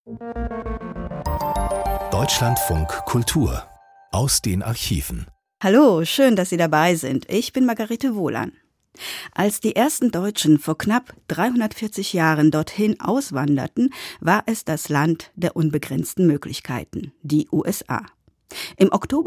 Deutschlandfunk Kultur aus den Archiven. Hallo, schön, dass Sie dabei sind. Ich bin Margarete Wohlan. Als die ersten Deutschen vor knapp 340 Jahren dorthin auswanderten, war es das Land der unbegrenzten Möglichkeiten, die USA. Im Oktober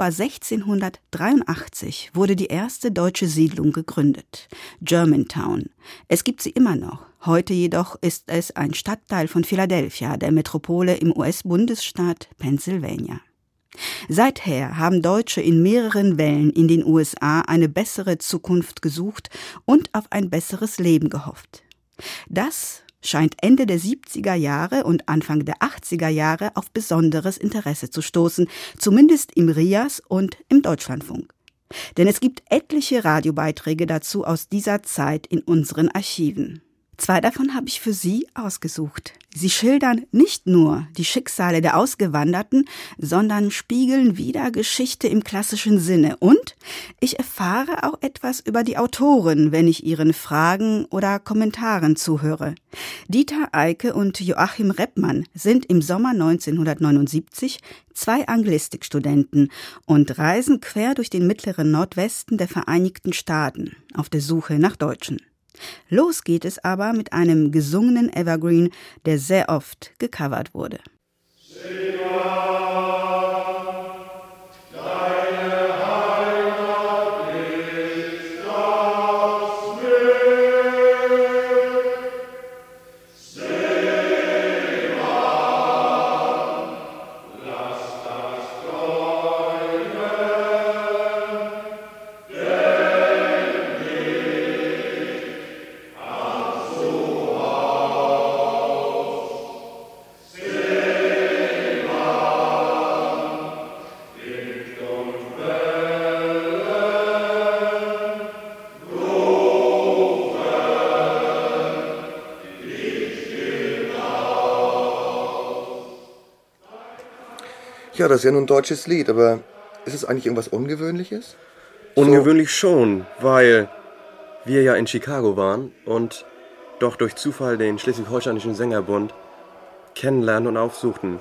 1683 wurde die erste deutsche Siedlung gegründet, Germantown. Es gibt sie immer noch. Heute jedoch ist es ein Stadtteil von Philadelphia, der Metropole im US-Bundesstaat Pennsylvania. Seither haben Deutsche in mehreren Wellen in den USA eine bessere Zukunft gesucht und auf ein besseres Leben gehofft. Das scheint Ende der 70er Jahre und Anfang der 80er Jahre auf besonderes Interesse zu stoßen, zumindest im RIAS und im Deutschlandfunk. Denn es gibt etliche Radiobeiträge dazu aus dieser Zeit in unseren Archiven. 2 davon habe ich für Sie ausgesucht. Sie schildern nicht nur die Schicksale der Ausgewanderten, sondern spiegeln wider Geschichte im klassischen Sinne. Und ich erfahre auch etwas über die Autoren, wenn ich ihren Fragen oder Kommentaren zuhöre. Dieter Eike und Joachim Reppmann sind im Sommer 1979 2 Anglistikstudenten und reisen quer durch den mittleren Nordwesten der Vereinigten Staaten auf der Suche nach Deutschen. Los geht es aber mit einem gesungenen Evergreen, der sehr oft gecovert wurde. Ja, das ist ja nun ein deutsches Lied, aber ist es eigentlich irgendwas Ungewöhnliches? Ungewöhnlich schon, weil wir ja in Chicago waren und doch durch Zufall den Schleswig-Holsteinischen Sängerbund kennenlernen und aufsuchten.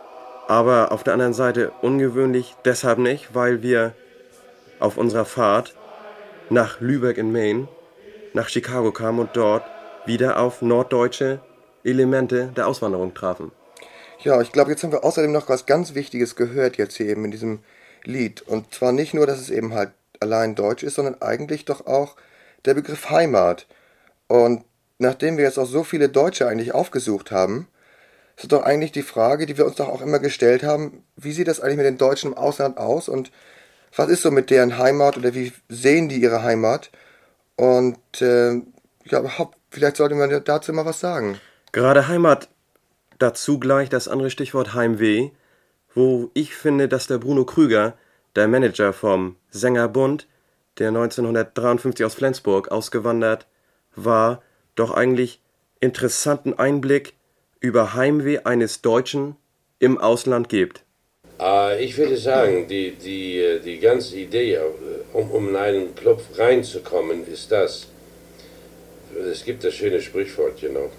Aber auf der anderen Seite ungewöhnlich deshalb nicht, weil wir auf unserer Fahrt nach Lübeck in Maine nach Chicago kamen und dort wieder auf norddeutsche Elemente der Auswanderung trafen. Ja, ich glaube, jetzt haben wir außerdem noch was ganz Wichtiges gehört jetzt hier eben in diesem Lied. Und zwar nicht nur, dass es eben halt allein deutsch ist, sondern eigentlich doch auch der Begriff Heimat. Und nachdem wir jetzt auch so viele Deutsche eigentlich aufgesucht haben, ist doch eigentlich die Frage, die wir uns doch auch immer gestellt haben, wie sieht das eigentlich mit den Deutschen im Ausland aus und was ist so mit deren Heimat oder wie sehen die ihre Heimat? Und ja, überhaupt, vielleicht sollte man dazu mal was sagen. Gerade Heimat. Dazu gleich das andere Stichwort Heimweh, wo ich finde, dass der Bruno Krüger, der Manager vom Sängerbund, der 1953 aus Flensburg ausgewandert war, doch eigentlich interessanten Einblick über Heimweh eines Deutschen im Ausland gibt. Ich würde sagen, die ganze Idee, um in einen Club reinzukommen, ist das. Es gibt das schöne Sprichwort,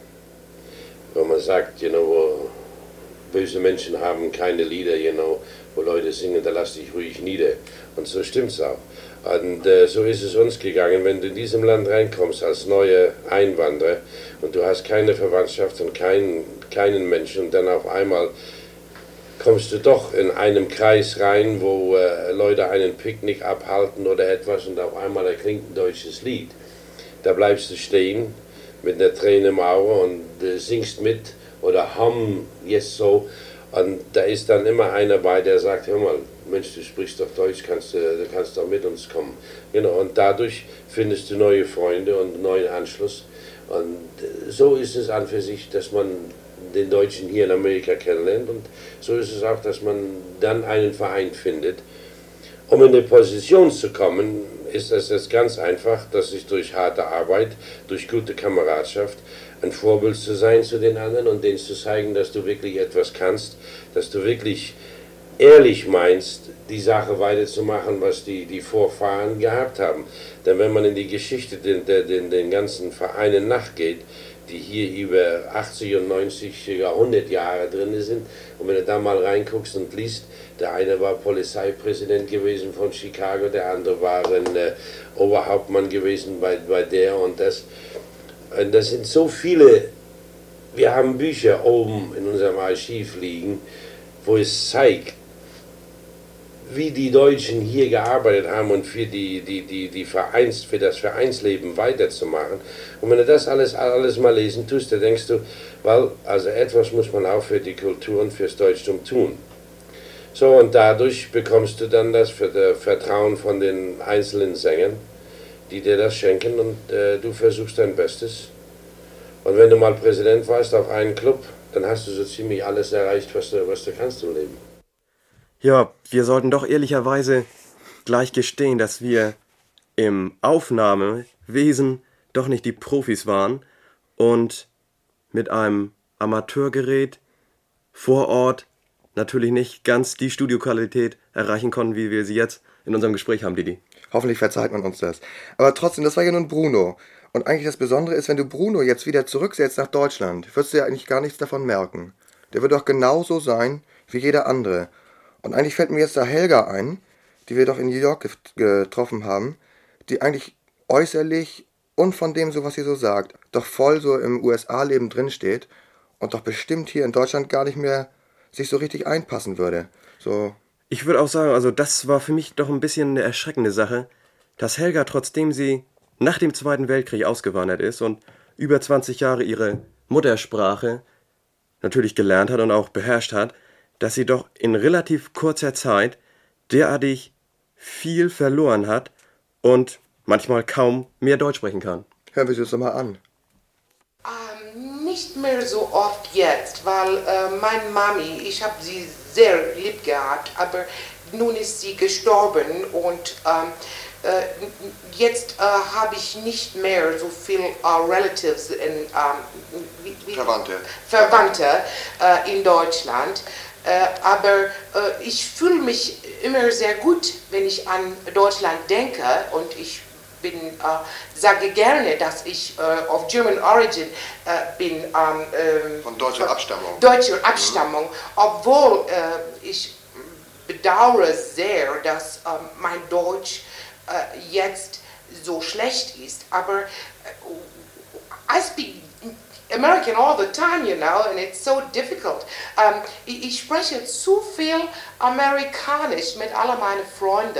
wo man sagt, wo böse Menschen haben keine Lieder, wo Leute singen, da lass dich ruhig nieder. Und so stimmt's auch. Und so ist es uns gegangen, wenn du in diesem Land reinkommst als neuer Einwanderer und du hast keine Verwandtschaft und keinen Menschen und dann auf einmal kommst du doch in einem Kreis rein, wo Leute einen Picknick abhalten oder etwas und auf einmal erklingt ein deutsches Lied. Da bleibst du stehen mit einer Träne im Auge und singst mit oder hum, yes so. Und da ist dann immer einer bei, der sagt, hör mal, Mensch, du sprichst doch Deutsch, du kannst doch mit uns kommen. Und dadurch findest du neue Freunde und neuen Anschluss. Und so ist es an für sich, dass man den Deutschen hier in Amerika kennenlernt. Und so ist es auch, dass man dann einen Verein findet. Um in eine Position zu kommen, ist es jetzt ganz einfach, dass ich durch harte Arbeit, durch gute Kameradschaft ein Vorbild zu sein zu den anderen und denen zu zeigen, dass du wirklich etwas kannst, dass du wirklich ehrlich meinst, die Sache weiterzumachen, was die Vorfahren gehabt haben. Denn wenn man in die Geschichte den ganzen Vereinen nachgeht, die hier über 80 und 90, 100 Jahre drin sind. Und wenn du da mal reinguckst und liest, der eine war Polizeipräsident gewesen von Chicago, der andere war ein Oberhauptmann gewesen bei der und das. Und das sind so viele, wir haben Bücher oben in unserem Archiv liegen, wo es zeigt, wie die Deutschen hier gearbeitet haben und für für das Vereinsleben weiterzumachen. Und wenn du das alles mal lesen tust, dann denkst du, also etwas muss man auch für die Kultur und fürs Deutschtum tun. So, und dadurch bekommst du dann das Vertrauen von den einzelnen Sängern, die dir das schenken, und du versuchst dein Bestes. Und wenn du mal Präsident warst auf einen Club, dann hast du so ziemlich alles erreicht, was du kannst im Leben. Ja, wir sollten doch ehrlicherweise gleich gestehen, dass wir im Aufnahmewesen doch nicht die Profis waren und mit einem Amateurgerät vor Ort natürlich nicht ganz die Studioqualität erreichen konnten, wie wir sie jetzt in unserem Gespräch haben, Didi. Hoffentlich verzeiht man uns das. Aber trotzdem, das war ja nun Bruno. Und eigentlich das Besondere ist, wenn du Bruno jetzt wieder zurücksetzt nach Deutschland, wirst du ja eigentlich gar nichts davon merken. Der wird doch genauso sein wie jeder andere. Und eigentlich fällt mir jetzt da Helga ein, die wir doch in New York getroffen haben, die eigentlich äußerlich und von dem, so was sie so sagt, doch voll so im USA-Leben drinsteht und doch bestimmt hier in Deutschland gar nicht mehr sich so richtig einpassen würde. So. Ich würde auch sagen, also das war für mich doch ein bisschen eine erschreckende Sache, dass Helga, trotzdem sie nach dem Zweiten Weltkrieg ausgewandert ist und über 20 Jahre ihre Muttersprache natürlich gelernt hat und auch beherrscht hat, dass sie doch in relativ kurzer Zeit derartig viel verloren hat und manchmal kaum mehr Deutsch sprechen kann. Hören wir sie uns doch mal an. Nicht mehr so oft jetzt, weil meine Mami, ich habe sie sehr lieb gehabt, aber nun ist sie gestorben und jetzt habe ich nicht mehr so viel Relatives, Verwandte in Deutschland. Aber ich fühle mich immer sehr gut, wenn ich an Deutschland denke, und ich sage gerne, dass ich of German origin bin. Von deutscher Abstammung. Deutscher Abstammung, obwohl ich bedauere sehr, dass mein Deutsch jetzt so schlecht ist. Aber I speak American all the time, you know, and it's so difficult. Ich spreche zu viel Amerikanisch mit all meinen Freunden,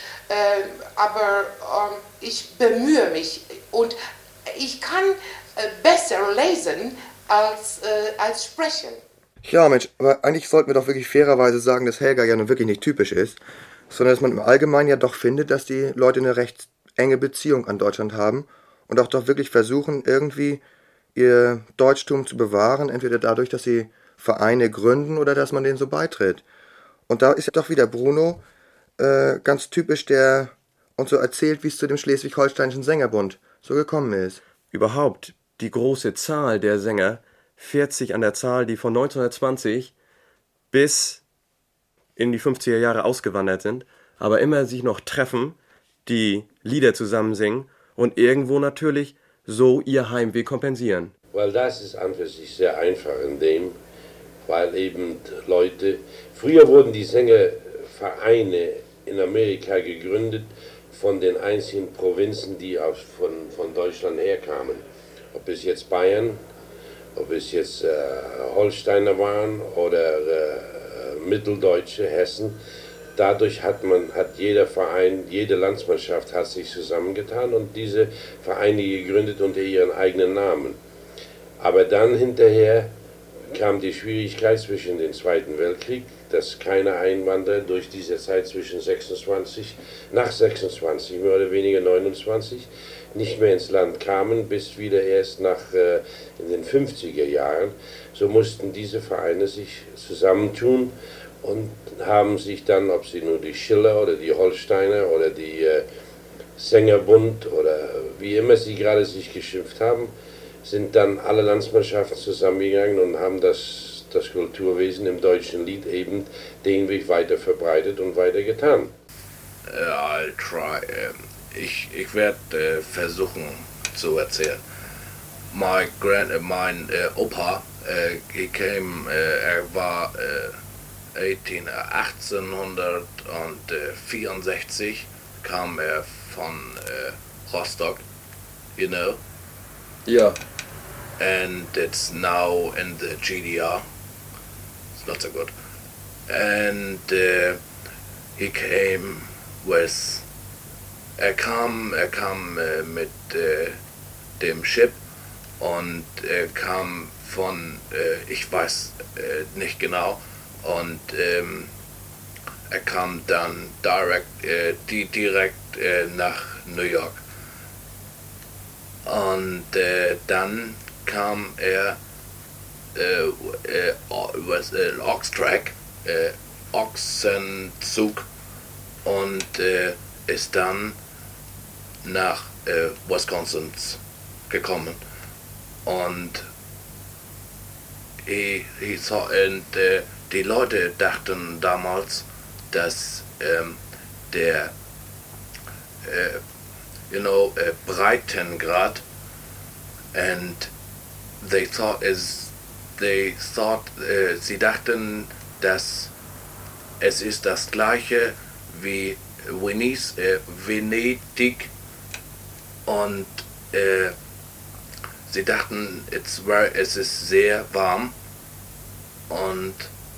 aber ich bemühe mich und ich kann besser lesen als sprechen. Ja, Mensch, aber eigentlich sollten wir doch wirklich fairerweise sagen, dass Helga ja nun wirklich nicht typisch ist, sondern dass man im Allgemeinen ja doch findet, dass die Leute eine recht enge Beziehung an Deutschland haben und auch doch wirklich versuchen, irgendwie ihr Deutschtum zu bewahren, entweder dadurch, dass sie Vereine gründen oder dass man denen so beitritt. Und da ist ja doch wieder Bruno ganz typisch, der uns so erzählt, wie es zu dem Schleswig-Holsteinischen Sängerbund so gekommen ist. Überhaupt, die große Zahl der Sänger fährt sich an der Zahl, die von 1920 bis in die 50er Jahre ausgewandert sind, aber immer sich noch treffen, die Lieder zusammen singen und irgendwo natürlich so ihr Heimweh kompensieren. Weil das ist an für sich sehr einfach in dem, weil eben Leute, früher wurden die Sängervereine in Amerika gegründet von den einzelnen Provinzen, die von Deutschland herkamen. Ob es jetzt Bayern, ob es jetzt Holsteiner waren oder Mitteldeutsche, Hessen. Dadurch hat jeder Verein, jede Landsmannschaft hat sich zusammengetan und diese Vereine gegründet unter ihren eigenen Namen. Aber dann hinterher kam die Schwierigkeit zwischen dem Zweiten Weltkrieg, dass keine Einwanderer durch diese Zeit zwischen nach 26, mehr oder weniger 29, nicht mehr ins Land kamen, bis wieder erst in den 50er Jahren. So mussten diese Vereine sich zusammentun und haben sich dann, ob sie nur die Schiller oder die Holsteiner oder die Sängerbund oder wie immer sie gerade sich geschimpft haben, sind dann alle Landsmannschaften zusammengegangen und haben das Kulturwesen im deutschen Lied eben den Weg weiter verbreitet und weiter getan. I'll try. Ich werde versuchen zu erzählen. mein Opa, er war 1864 kam er von Rostock, you know. Yeah. And it's now in the GDR. It's not so good. And he came with. kam mit dem Schiff und kam von, ich weiß nicht genau, und er kam dann direkt nach New York. Und dann kam er was Oxtrack, Ochsenzug, und ist dann nach Wisconsin gekommen. Und die Leute dachten damals, dass der Breitengrad, and sie dachten, dass es ist das gleiche wie Venedig, und sie dachten, es ist sehr warm, und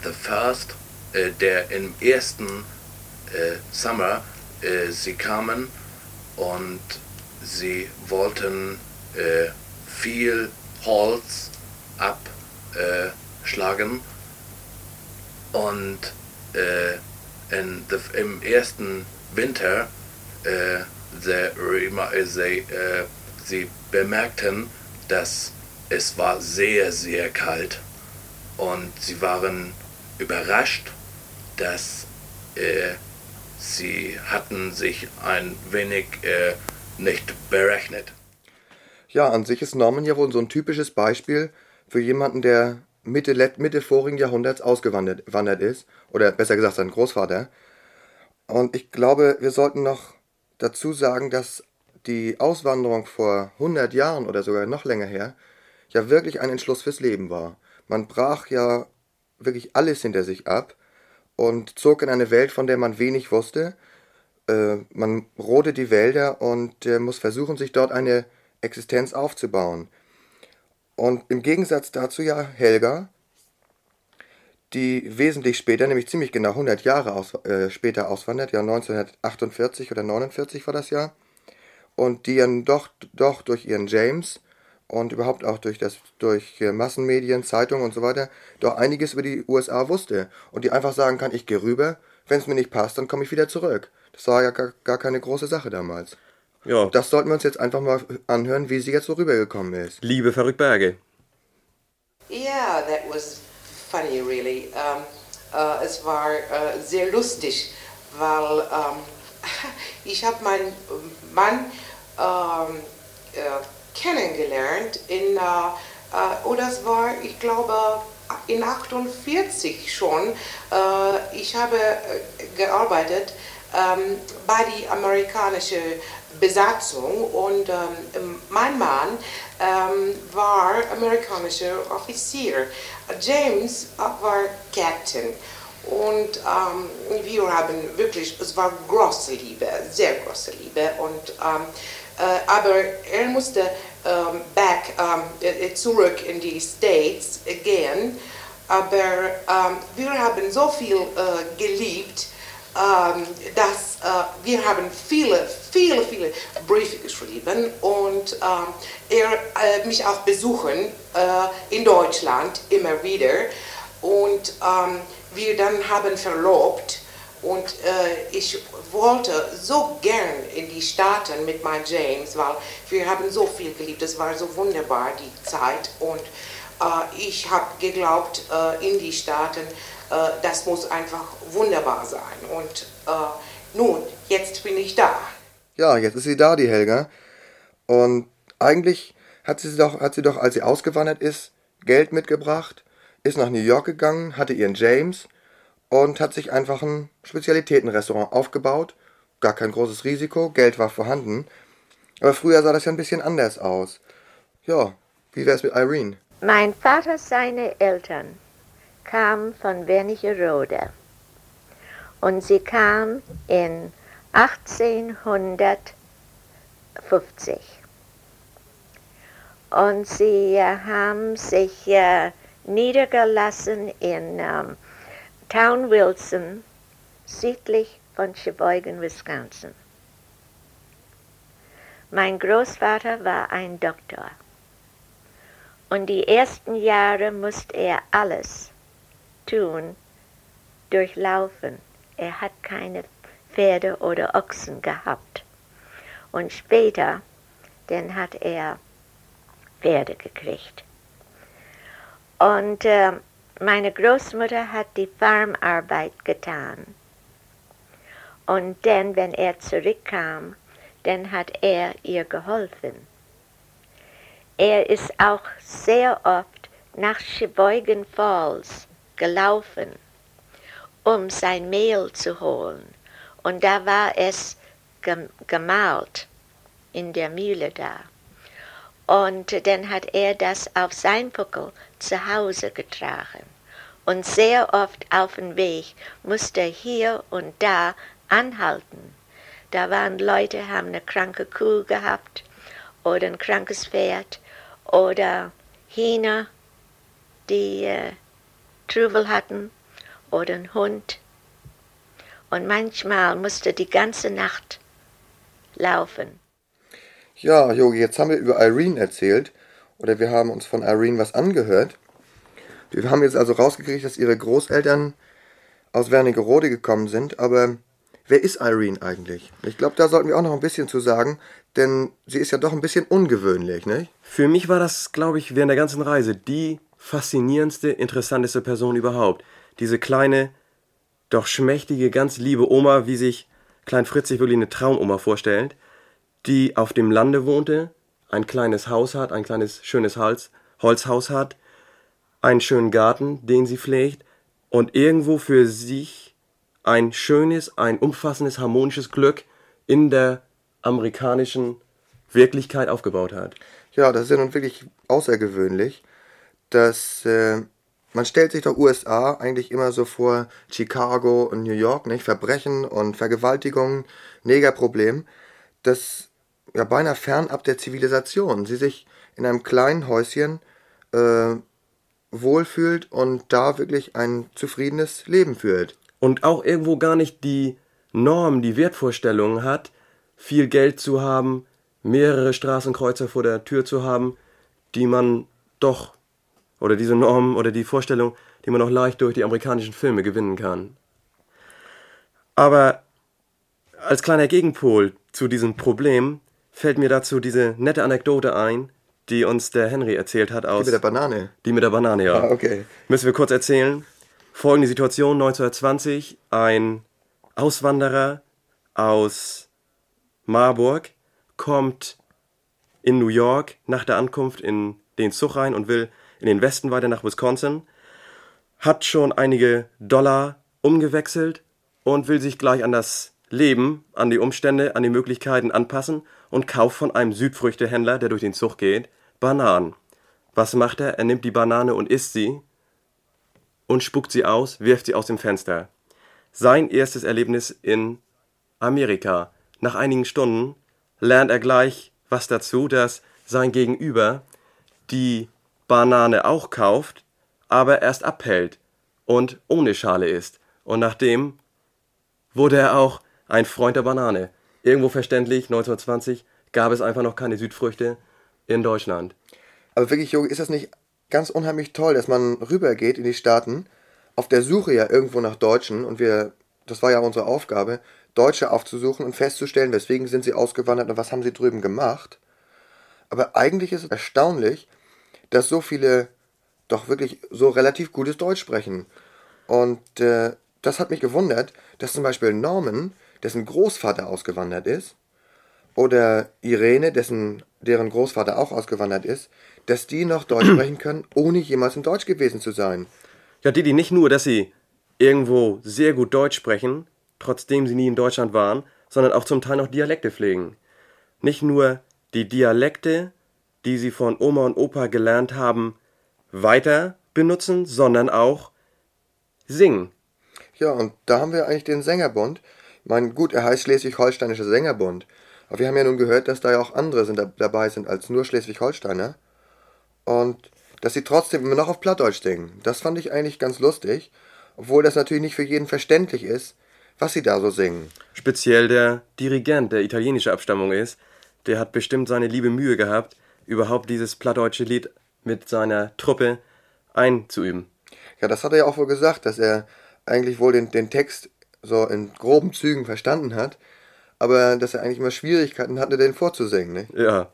im ersten Sommer sie kamen und sie wollten viel Holz abschlagen, und im ersten Winter sie bemerkten, dass es war sehr, sehr kalt, und sie waren überrascht, dass sie hatten sich ein wenig nicht berechnet. Ja, an sich ist Norman ja wohl so ein typisches Beispiel für jemanden, der Mitte vorigen Jahrhunderts ausgewandert ist, oder besser gesagt sein Großvater. Und ich glaube, wir sollten noch dazu sagen, dass die Auswanderung vor 100 Jahren oder sogar noch länger her ja wirklich ein Entschluss fürs Leben war. Man brach ja wirklich alles hinter sich ab und zog in eine Welt, von der man wenig wusste. Man rodet die Wälder und muss versuchen, sich dort eine Existenz aufzubauen. Und im Gegensatz dazu ja Helga, die wesentlich später, nämlich ziemlich genau 100 Jahre später auswandert, ja 1948 oder 49 war das Jahr, und die dann doch durch ihren James und überhaupt auch durch Massenmedien, Zeitungen und so weiter, doch einiges über die USA wusste, und die einfach sagen kann, ich gehe rüber, wenn es mir nicht passt, dann komme ich wieder zurück. Das war ja gar keine große Sache damals. Ja. Das sollten wir uns jetzt einfach mal anhören, wie sie jetzt so rübergekommen ist. Liebe Verrückberge. Yeah, that was funny, really. Es war sehr lustig, weil ich habe meinen Mann kennengelernt das war, ich glaube, in 48 schon. Ich habe gearbeitet bei der amerikanischen Besatzung, und mein Mann war amerikanischer Offizier. James war Captain, und wir haben wirklich, es war große Liebe, sehr große Liebe, und aber er musste zurück in die States gehen, aber wir haben so viel geliebt, dass wir haben viele Briefe geschrieben, und er mich auch besuchen in Deutschland immer wieder, und wir dann haben verlobt, und ich wollte so gern in die Staaten mit meinem James, weil wir haben so viel geliebt, es war so wunderbar die Zeit, und ich habe geglaubt, in die Staaten, das muss einfach wunderbar sein, und nun, jetzt bin ich da. Ja, jetzt ist sie da, die Helga, und eigentlich hat sie doch, als sie ausgewandert ist, Geld mitgebracht, ist nach New York gegangen, hatte ihren James und hat sich einfach ein Spezialitätenrestaurant aufgebaut. Gar kein großes Risiko, Geld war vorhanden. Aber früher sah das ja ein bisschen anders aus. Ja, Wie wäre es mit Irene? Mein Vater, seine Eltern kamen von Wernigerode und sie kamen in 1850 und sie haben sich niedergelassen in Town Wilson, südlich von Sheboygan, Wisconsin. Mein Großvater war ein Doktor und die ersten Jahre musste er alles tun, durchlaufen. Er hat keine Pferde oder Ochsen gehabt. Und später, dann hat er Pferde gekriegt. Und meine Großmutter hat die Farmarbeit getan. Und dann, wenn er zurückkam, dann hat er ihr geholfen. Er ist auch sehr oft nach Sheboygan Falls gelaufen, um sein Mehl zu holen. Und da war es gemalt in der Mühle da. Und dann hat er das auf sein Puckel zu Hause getragen. Und sehr oft auf dem Weg musste er hier und da anhalten. Da waren Leute, haben eine kranke Kuh gehabt oder ein krankes Pferd oder Hühner, die Trubel hatten oder ein Hund. Und manchmal musste die ganze Nacht laufen. Ja, Yogi, jetzt haben wir über Irene erzählt oder wir haben uns von Irene was angehört. Wir haben jetzt also rausgekriegt, dass ihre Großeltern aus Wernigerode gekommen sind, aber wer ist Irene eigentlich? Ich glaube, da sollten wir auch noch ein bisschen zu sagen, denn sie ist ja doch ein bisschen ungewöhnlich, nicht? Für mich war das, glaube ich, während der ganzen Reise die faszinierendste, interessanteste Person überhaupt. Diese kleine, doch schmächtige, ganz liebe Oma, wie sich Klein Fritz sich wirklich eine Traumoma vorstellt, die auf dem Lande wohnte, ein kleines Haus hat, ein kleines schönes Holzhaus hat, einen schönen Garten, den sie pflegt und irgendwo für sich ein schönes, ein umfassendes, harmonisches Glück in der amerikanischen Wirklichkeit aufgebaut hat. Ja, das ist ja nun wirklich außergewöhnlich, dass man stellt sich doch USA eigentlich immer so vor, Chicago und New York, nicht? Verbrechen und Vergewaltigungen, Negerproblem, das ja beinahe fernab der Zivilisation. Sie sich in einem kleinen Häuschen wohlfühlt und da wirklich ein zufriedenes Leben führt. Und auch irgendwo gar nicht die Norm, die Wertvorstellungen hat, viel Geld zu haben, mehrere Straßenkreuzer vor der Tür zu haben, die man doch, oder diese Norm oder die Vorstellung, die man auch leicht durch die amerikanischen Filme gewinnen kann. Aber als kleiner Gegenpol zu diesem Problem fällt mir dazu diese nette Anekdote ein, die uns der Henry erzählt hat aus... Die mit der Banane? Die mit der Banane, ja. Ah, okay. Müssen wir kurz erzählen. Folgende Situation, 1920, ein Auswanderer aus Marburg kommt in New York nach der Ankunft in den Zug rein und will in den Westen weiter nach Wisconsin, hat schon einige Dollar umgewechselt und will sich gleich an das Leben, an die Umstände, an die Möglichkeiten anpassen und kauft von einem Südfrüchtehändler, der durch den Zug geht, Bananen. Was macht er? Er nimmt die Banane und isst sie und spuckt sie aus, wirft sie aus dem Fenster. Sein erstes Erlebnis in Amerika. Nach einigen Stunden lernt er gleich was dazu, dass sein Gegenüber die Banane auch kauft, aber erst abhält und ohne Schale isst. Und nachdem wurde er auch ein Freund der Banane. Irgendwo verständlich, 1920 gab es einfach noch keine Südfrüchte in Deutschland. Aber wirklich, Jogi, ist das nicht ganz unheimlich toll, dass man rübergeht in die Staaten, auf der Suche ja irgendwo nach Deutschen, und das war ja unsere Aufgabe, Deutsche aufzusuchen und festzustellen, weswegen sind sie ausgewandert und was haben sie drüben gemacht. Aber eigentlich ist es erstaunlich, dass so viele doch wirklich so relativ gutes Deutsch sprechen. Und das hat mich gewundert, dass zum Beispiel Norman, dessen Großvater ausgewandert ist, oder Irene, deren Großvater auch ausgewandert ist, dass die noch Deutsch sprechen können, ohne jemals in Deutsch gewesen zu sein. Ja, die nicht nur, dass sie irgendwo sehr gut Deutsch sprechen, trotzdem sie nie in Deutschland waren, sondern auch zum Teil noch Dialekte pflegen. Nicht nur die Dialekte die sie von Oma und Opa gelernt haben, weiter benutzen, sondern auch singen. Ja, und da haben wir eigentlich den Sängerbund. Ich meine, gut, er heißt Schleswig-Holsteinischer Sängerbund. Aber wir haben ja nun gehört, dass da ja auch andere dabei sind als nur Schleswig-Holsteiner. Und dass sie trotzdem immer noch auf Plattdeutsch singen. Das fand ich eigentlich ganz lustig. Obwohl das natürlich nicht für jeden verständlich ist, was sie da so singen. Speziell der Dirigent, der italienischer Abstammung ist, der hat bestimmt seine liebe Mühe gehabt, überhaupt dieses plattdeutsche Lied mit seiner Truppe einzuüben. Ja, das hat er ja auch wohl gesagt, dass er eigentlich wohl den Text so in groben Zügen verstanden hat, aber dass er eigentlich immer Schwierigkeiten hatte, den vorzusingen. Ne? Ja.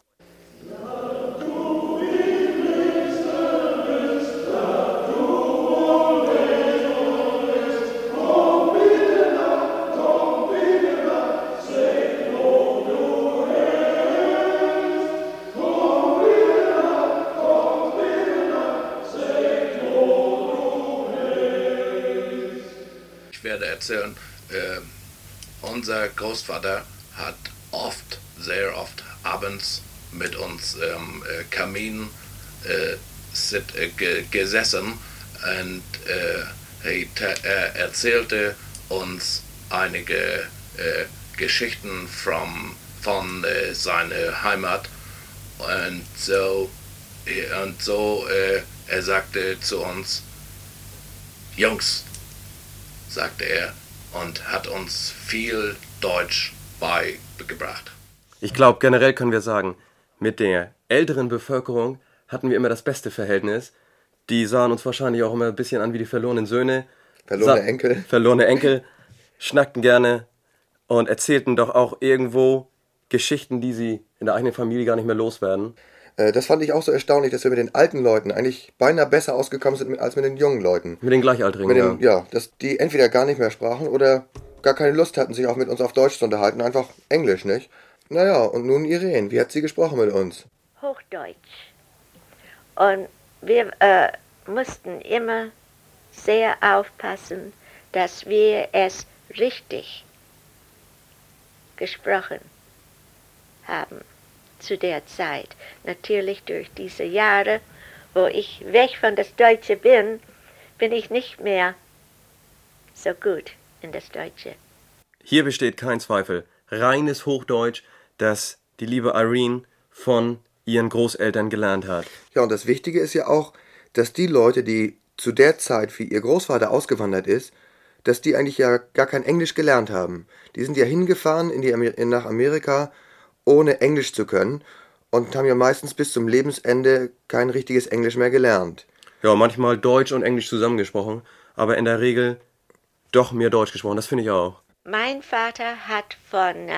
Ich werde erzählen, unser Großvater hat sehr oft abends mit uns Kamin gesessen und er erzählte uns einige Geschichten von seiner Heimat und so er sagte zu uns, Jungs, sagte er, und hat uns viel Deutsch beigebracht. Ich glaube, generell können wir sagen, mit der älteren Bevölkerung hatten wir immer das beste Verhältnis. Die sahen uns wahrscheinlich auch immer ein bisschen an wie die verlorenen Söhne. Verlorene Enkel, schnackten gerne und erzählten doch auch irgendwo Geschichten, die sie in der eigenen Familie gar nicht mehr loswerden. Das fand ich auch so erstaunlich, dass wir mit den alten Leuten eigentlich beinahe besser ausgekommen sind als mit den jungen Leuten. Mit den Gleichaltrigen, ja. Dass die entweder gar nicht mehr sprachen oder gar keine Lust hatten, sich auch mit uns auf Deutsch zu unterhalten, einfach Englisch, nicht? Naja, und nun Irene, wie hat sie gesprochen mit uns? Hochdeutsch. Und wir mussten immer sehr aufpassen, dass wir es richtig gesprochen haben zu der Zeit. Natürlich durch diese Jahre, wo ich weg von das Deutsche bin ich nicht mehr so gut in das Deutsche. Hier besteht kein Zweifel. Reines Hochdeutsch, das die liebe Irene von ihren Großeltern gelernt hat. Ja, und das Wichtige ist ja auch, dass die Leute, die zu der Zeit, wie ihr Großvater ausgewandert ist, dass die eigentlich ja gar kein Englisch gelernt haben. Die sind ja hingefahren nach Amerika, ohne Englisch zu können und haben ja meistens bis zum Lebensende kein richtiges Englisch mehr gelernt. Ja, manchmal Deutsch und Englisch zusammengesprochen, aber in der Regel doch mehr Deutsch gesprochen, das finde ich auch. Mein Vater hat von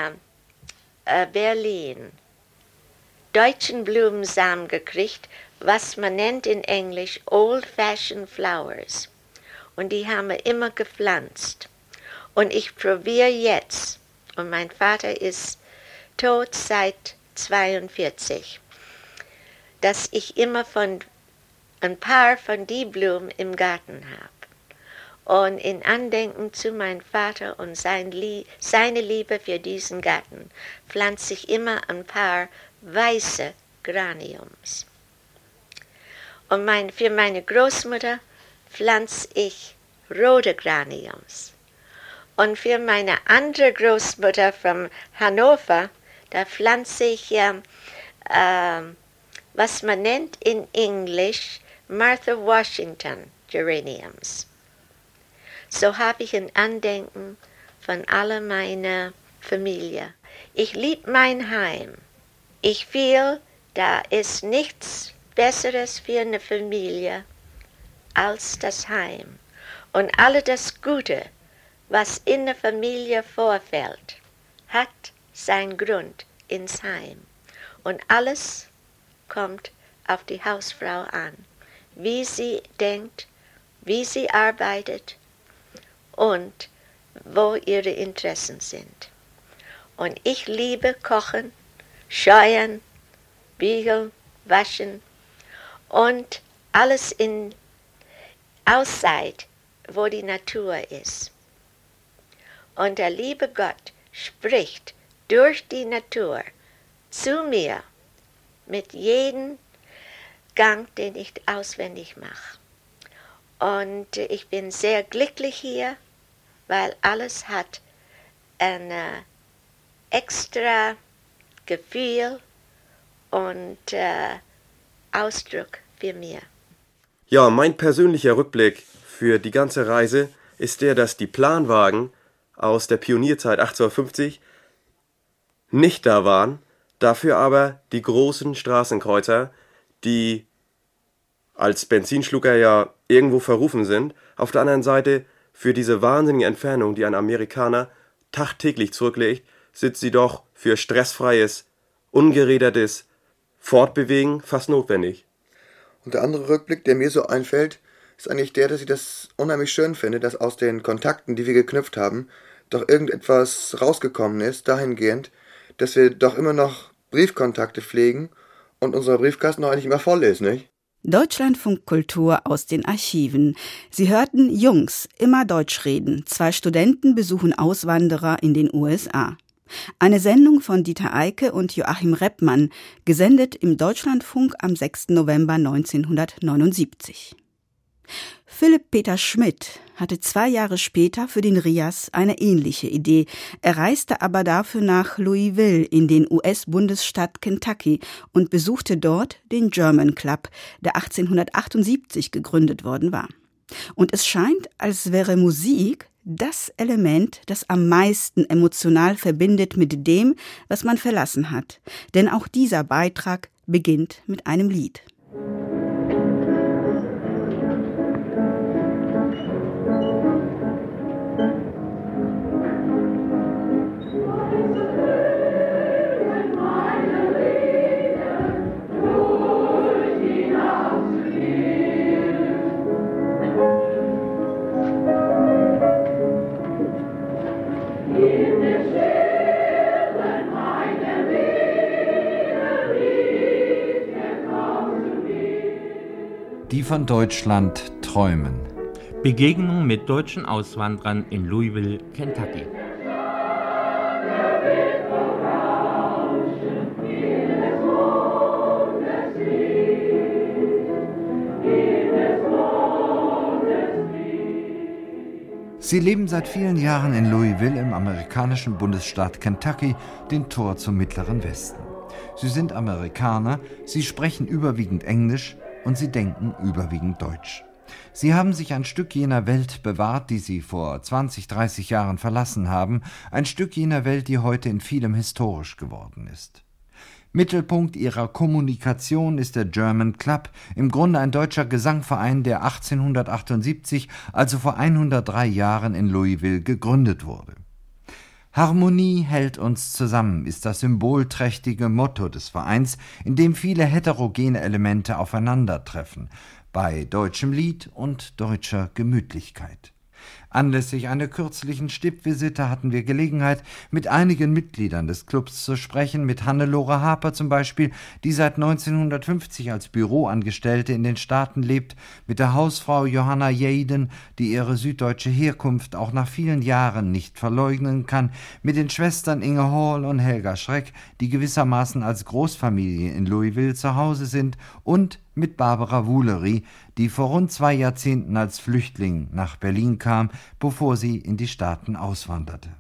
Berlin deutschen Blumensamen gekriegt, was man nennt in Englisch Old-Fashioned Flowers. Und die haben wir immer gepflanzt. Und ich probiere jetzt, und mein Vater ist tot seit 42, dass ich immer ein paar von die Blumen im Garten habe. Und in Andenken zu meinem Vater und seine Liebe für diesen Garten pflanze ich immer ein paar weiße Graniums. Und für meine Großmutter pflanze ich rote Graniums. Und für meine andere Großmutter von Hannover, da pflanze ich, was man nennt in Englisch, Martha Washington Geraniums. So habe ich ein Andenken von aller meiner Familie. Ich liebe mein Heim. Ich fühle, da ist nichts Besseres für eine Familie als das Heim. Und alles das Gute, was in der Familie vorfällt, hat seinen Grund ins Heim. Und alles kommt auf die Hausfrau an, wie sie denkt, wie sie arbeitet und wo ihre Interessen sind. Und ich liebe Kochen, Scheuern, Bügeln, Waschen und alles in Auszeit, wo die Natur ist. Und der liebe Gott spricht durch die Natur zu mir, mit jedem Gang, den ich auswendig mache. Und ich bin sehr glücklich hier, weil alles hat ein extra Gefühl und Ausdruck für mich. Ja, mein persönlicher Rückblick für die ganze Reise ist der, dass die Planwagen aus der Pionierzeit 1850 nicht da waren, dafür aber die großen Straßenkreuzer, die als Benzinschlucker ja irgendwo verrufen sind, auf der anderen Seite für diese wahnsinnige Entfernung, die ein Amerikaner tagtäglich zurücklegt, sind sie doch für stressfreies, ungerädertes Fortbewegen fast notwendig. Und der andere Rückblick, der mir so einfällt, ist eigentlich der, dass ich das unheimlich schön finde, dass aus den Kontakten, die wir geknüpft haben, doch irgendetwas rausgekommen ist, dahingehend, dass wir doch immer noch Briefkontakte pflegen und unser Briefkasten auch eigentlich immer voll ist, nicht? Deutschlandfunk Kultur aus den Archiven. Sie hörten Jungs immer Deutsch reden. 2 Studenten besuchen Auswanderer in den USA. Eine Sendung von Dieter Eicke und Joachim Reppmann, gesendet im Deutschlandfunk am 6. November 1979. Philipp Peter Schmidt hatte 2 Jahre später für den RIAS eine ähnliche Idee. Er reiste aber dafür nach Louisville in den US-Bundesstaat Kentucky und besuchte dort den German Club, der 1878 gegründet worden war. Und es scheint, als wäre Musik das Element, das am meisten emotional verbindet mit dem, was man verlassen hat. Denn auch dieser Beitrag beginnt mit einem Lied. Die von Deutschland träumen. Begegnung mit deutschen Auswanderern in Louisville, Kentucky. Sie leben seit vielen Jahren in Louisville im amerikanischen Bundesstaat Kentucky, dem Tor zum Mittleren Westen. Sie sind Amerikaner, sie sprechen überwiegend Englisch und sie denken überwiegend Deutsch. Sie haben sich ein Stück jener Welt bewahrt, die sie vor 20, 30 Jahren verlassen haben, ein Stück jener Welt, die heute in vielem historisch geworden ist. Mittelpunkt ihrer Kommunikation ist der German Club, im Grunde ein deutscher Gesangverein, der 1878, also vor 103 Jahren in Louisville gegründet wurde. Harmonie hält uns zusammen ist das symbolträchtige Motto des Vereins, in dem viele heterogene Elemente aufeinandertreffen, bei deutschem Lied und deutscher Gemütlichkeit. Anlässlich einer kürzlichen Stippvisite hatten wir Gelegenheit, mit einigen Mitgliedern des Clubs zu sprechen, mit Hannelore Harper zum Beispiel, die seit 1950 als Büroangestellte in den Staaten lebt, mit der Hausfrau Johanna Jaden, die ihre süddeutsche Herkunft auch nach vielen Jahren nicht verleugnen kann, mit den Schwestern Inge Hall und Helga Schreck, die gewissermaßen als Großfamilie in Louisville zu Hause sind, und mit Barbara Woolery, die vor rund 2 Jahrzehnten als Flüchtling nach Berlin kam, bevor sie in die Staaten auswanderte.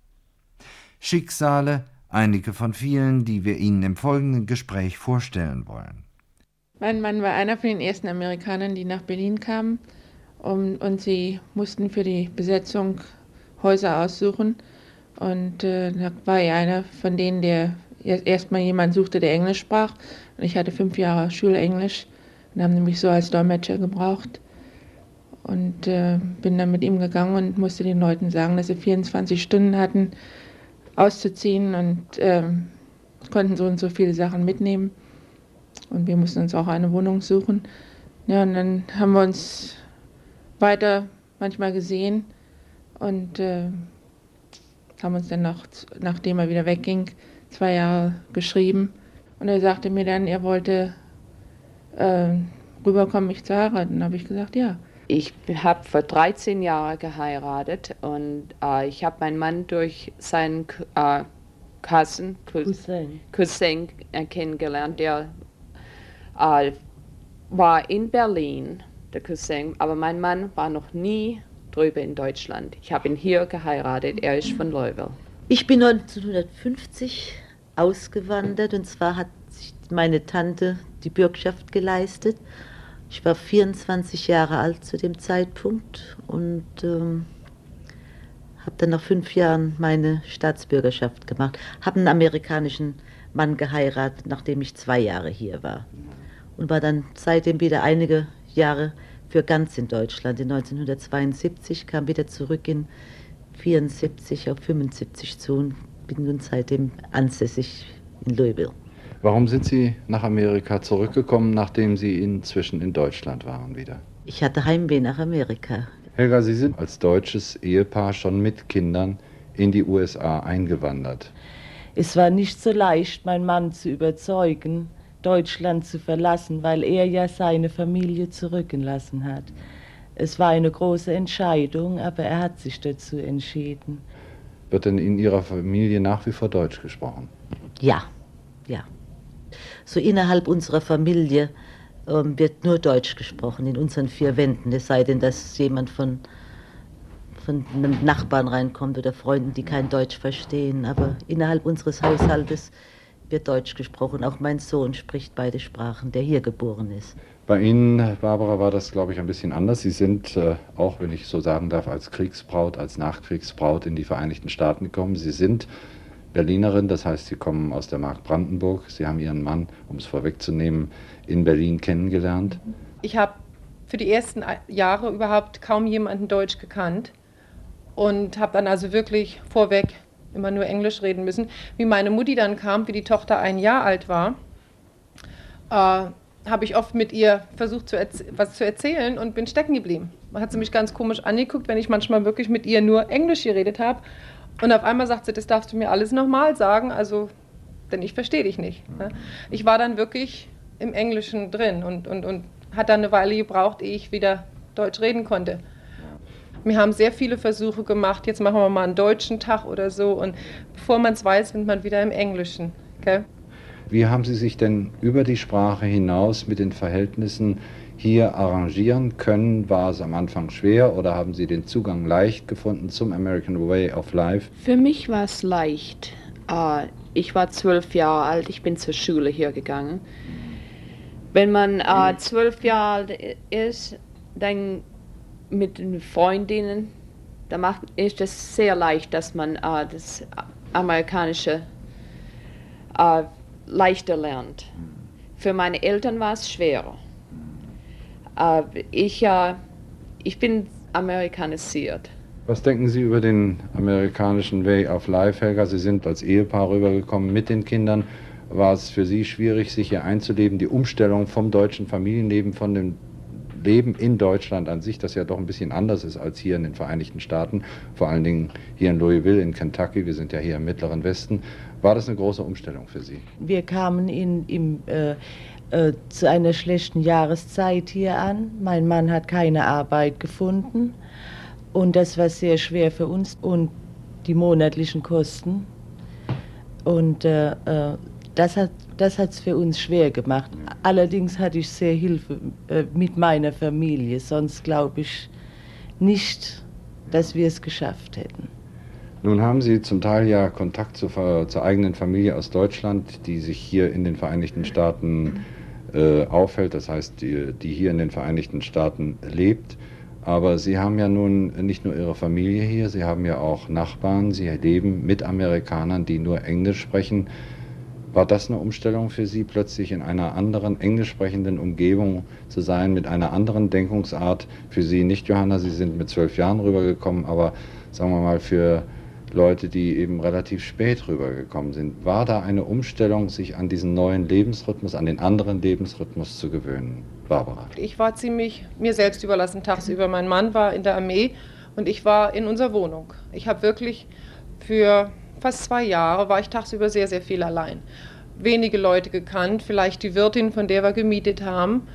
Schicksale, einige von vielen, die wir Ihnen im folgenden Gespräch vorstellen wollen. Mein Mann war einer von den ersten Amerikanern, die nach Berlin kamen, und sie mussten für die Besetzung Häuser aussuchen. Und da war er einer von denen, der erstmal jemand suchte, der Englisch sprach. Und ich hatte 5 Jahre Schulenglisch und haben mich so als Dolmetscher gebraucht. Und bin dann mit ihm gegangen und musste den Leuten sagen, dass sie 24 Stunden hatten, auszuziehen, und konnten so und so viele Sachen mitnehmen. Und wir mussten uns auch eine Wohnung suchen. Ja, und dann haben wir uns weiter manchmal gesehen und haben uns dann noch, nachdem er wieder wegging, 2 Jahre geschrieben. Und er sagte mir dann, er wollte rüberkommen, mich zu heiraten. Dann habe ich gesagt, ja. Ich habe vor 13 Jahren geheiratet und ich habe meinen Mann durch seinen Cousin kennengelernt, der war in Berlin, der Cousin, aber mein Mann war noch nie drüben in Deutschland. Ich habe ihn hier geheiratet, er ist von Louisville. Ich bin 1950 ausgewandert, und zwar hat sich meine Tante die Bürgschaft geleistet. Ich war 24 Jahre alt zu dem Zeitpunkt und habe dann nach 5 Jahren meine Staatsbürgerschaft gemacht. Habe einen amerikanischen Mann geheiratet, nachdem ich 2 Jahre hier war. Und war dann seitdem wieder einige Jahre für ganz in Deutschland. In 1972 kam wieder zurück in 74 auf 75 zu und bin nun seitdem ansässig in Louisville. Warum sind Sie nach Amerika zurückgekommen, nachdem Sie inzwischen in Deutschland waren wieder? Ich hatte Heimweh nach Amerika. Helga, Sie sind als deutsches Ehepaar schon mit Kindern in die USA eingewandert. Es war nicht so leicht, meinen Mann zu überzeugen, Deutschland zu verlassen, weil er ja seine Familie zurückgelassen hat. Es war eine große Entscheidung, aber er hat sich dazu entschieden. Wird denn in Ihrer Familie nach wie vor Deutsch gesprochen? Ja. So innerhalb unserer Familie wird nur Deutsch gesprochen, in unseren 4 Wänden, es sei denn, dass jemand von einem Nachbarn reinkommt oder Freunden, die kein Deutsch verstehen. Aber innerhalb unseres Haushaltes wird Deutsch gesprochen. Auch mein Sohn spricht beide Sprachen, der hier geboren ist. Bei Ihnen, Barbara, war das, glaube ich, ein bisschen anders. Sie sind, auch wenn ich so sagen darf, als Kriegsbraut, als Nachkriegsbraut in die Vereinigten Staaten gekommen. Sie sind Berlinerin, das heißt, Sie kommen aus der Mark Brandenburg. Sie haben Ihren Mann, um es vorwegzunehmen, in Berlin kennengelernt. Ich habe für die ersten Jahre überhaupt kaum jemanden Deutsch gekannt und habe dann also wirklich vorweg immer nur Englisch reden müssen. Wie meine Mutti dann kam, wie die Tochter 1 Jahr alt war, habe ich oft mit ihr versucht, was zu erzählen und bin stecken geblieben. Man hat sie mich ganz komisch angeguckt, wenn ich manchmal wirklich mit ihr nur Englisch geredet habe. Und auf einmal sagt sie, das darfst du mir alles nochmal sagen, also, denn ich verstehe dich nicht. Ne? Ich war dann wirklich im Englischen drin und hat dann eine Weile gebraucht, ehe ich wieder Deutsch reden konnte. Wir haben sehr viele Versuche gemacht, jetzt machen wir mal einen deutschen Tag oder so, und bevor man es weiß, sind man wieder im Englischen. Okay? Wie haben Sie sich denn über die Sprache hinaus mit den Verhältnissen hier arrangieren können? War es am Anfang schwer oder haben Sie den Zugang leicht gefunden zum American Way of Life? Für mich war es leicht. Ich war 12 Jahre alt, ich bin zur Schule hier gegangen. Wenn man 12 Jahre alt ist, dann mit den Freundinnen, ist es sehr leicht, dass man das Amerikanische leichter lernt. Für meine Eltern war es schwerer. Ich bin amerikanisiert. Was denken Sie über den amerikanischen Way of Life, Helga? Sie sind als Ehepaar rübergekommen mit den Kindern. War es für Sie schwierig, sich hier einzuleben? Die Umstellung vom deutschen Familienleben, von dem Leben in Deutschland an sich, das ja doch ein bisschen anders ist als hier in den Vereinigten Staaten, vor allen Dingen hier in Louisville, in Kentucky, wir sind ja hier im Mittleren Westen. War das eine große Umstellung für Sie? Wir kamen zu einer schlechten Jahreszeit hier an. Mein Mann hat keine Arbeit gefunden und das war sehr schwer für uns und die monatlichen Kosten. Und das hat es für uns schwer gemacht. Allerdings hatte ich sehr Hilfe mit meiner Familie, sonst glaube ich nicht, dass wir es geschafft hätten. Nun haben Sie zum Teil ja Kontakt zur eigenen Familie aus Deutschland, die sich hier in den Vereinigten Staaten aufhält, das heißt, die hier in den Vereinigten Staaten lebt. Aber Sie haben ja nun nicht nur Ihre Familie hier, Sie haben ja auch Nachbarn, Sie leben mit Amerikanern, die nur Englisch sprechen. War das eine Umstellung für Sie, plötzlich in einer anderen englisch sprechenden Umgebung zu sein, mit einer anderen Denkungsart? Für Sie nicht, Johanna, Sie sind mit 12 Jahren rübergekommen, aber sagen wir mal für Leute, die eben relativ spät rübergekommen sind. War da eine Umstellung, sich an diesen neuen Lebensrhythmus, an den anderen Lebensrhythmus zu gewöhnen? Barbara. Ich war ziemlich mir selbst überlassen tagsüber. Mein Mann war in der Armee und ich war in unserer Wohnung. Ich habe wirklich für fast 2 Jahre war ich tagsüber sehr, sehr viel allein. Wenige Leute gekannt, vielleicht die Wirtin, von der wir gemietet haben.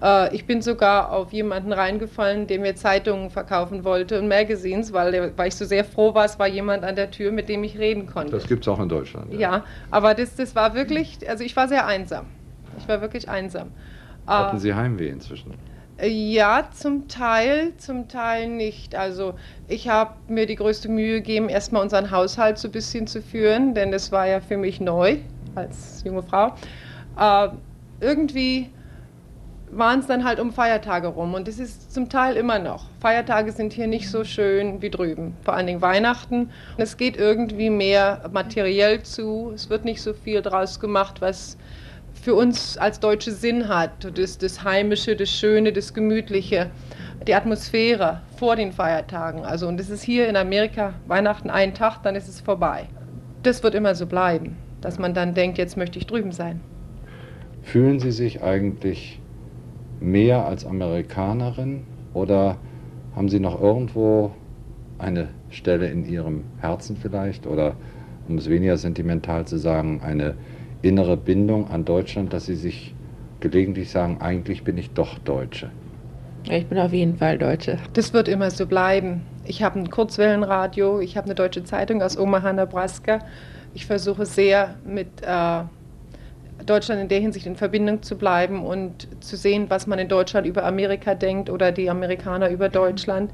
Ich bin sogar auf jemanden reingefallen, der mir Zeitungen verkaufen wollte und Magazines, weil ich so sehr froh war, es war jemand an der Tür, mit dem ich reden konnte. Das gibt es auch in Deutschland. Ja, aber das war wirklich, also ich war sehr einsam. Ich war wirklich einsam. Hatten Sie Heimweh inzwischen? Ja, zum Teil nicht. Also ich habe mir die größte Mühe gegeben, erstmal unseren Haushalt so ein bisschen zu führen, denn das war ja für mich neu als junge Frau. Irgendwie waren es dann halt um Feiertage rum und das ist zum Teil immer noch. Feiertage sind hier nicht so schön wie drüben, vor allen Dingen Weihnachten. Es geht irgendwie mehr materiell zu, es wird nicht so viel draus gemacht, was für uns als Deutsche Sinn hat. Das Heimische, das Schöne, das Gemütliche, die Atmosphäre vor den Feiertagen. Also, und das ist hier in Amerika Weihnachten einen Tag, dann ist es vorbei. Das wird immer so bleiben, dass man dann denkt, jetzt möchte ich drüben sein. Fühlen Sie sich eigentlich mehr als Amerikanerin oder haben Sie noch irgendwo eine Stelle in Ihrem Herzen vielleicht oder, um es weniger sentimental zu sagen, eine innere Bindung an Deutschland, dass Sie sich gelegentlich sagen, eigentlich bin ich doch Deutsche? Ich bin auf jeden Fall Deutsche. Das wird immer so bleiben. Ich habe ein Kurzwellenradio, ich habe eine deutsche Zeitung aus Omaha, Nebraska. Ich versuche sehr mit Deutschland in der Hinsicht in Verbindung zu bleiben und zu sehen, was man in Deutschland über Amerika denkt oder die Amerikaner über Deutschland.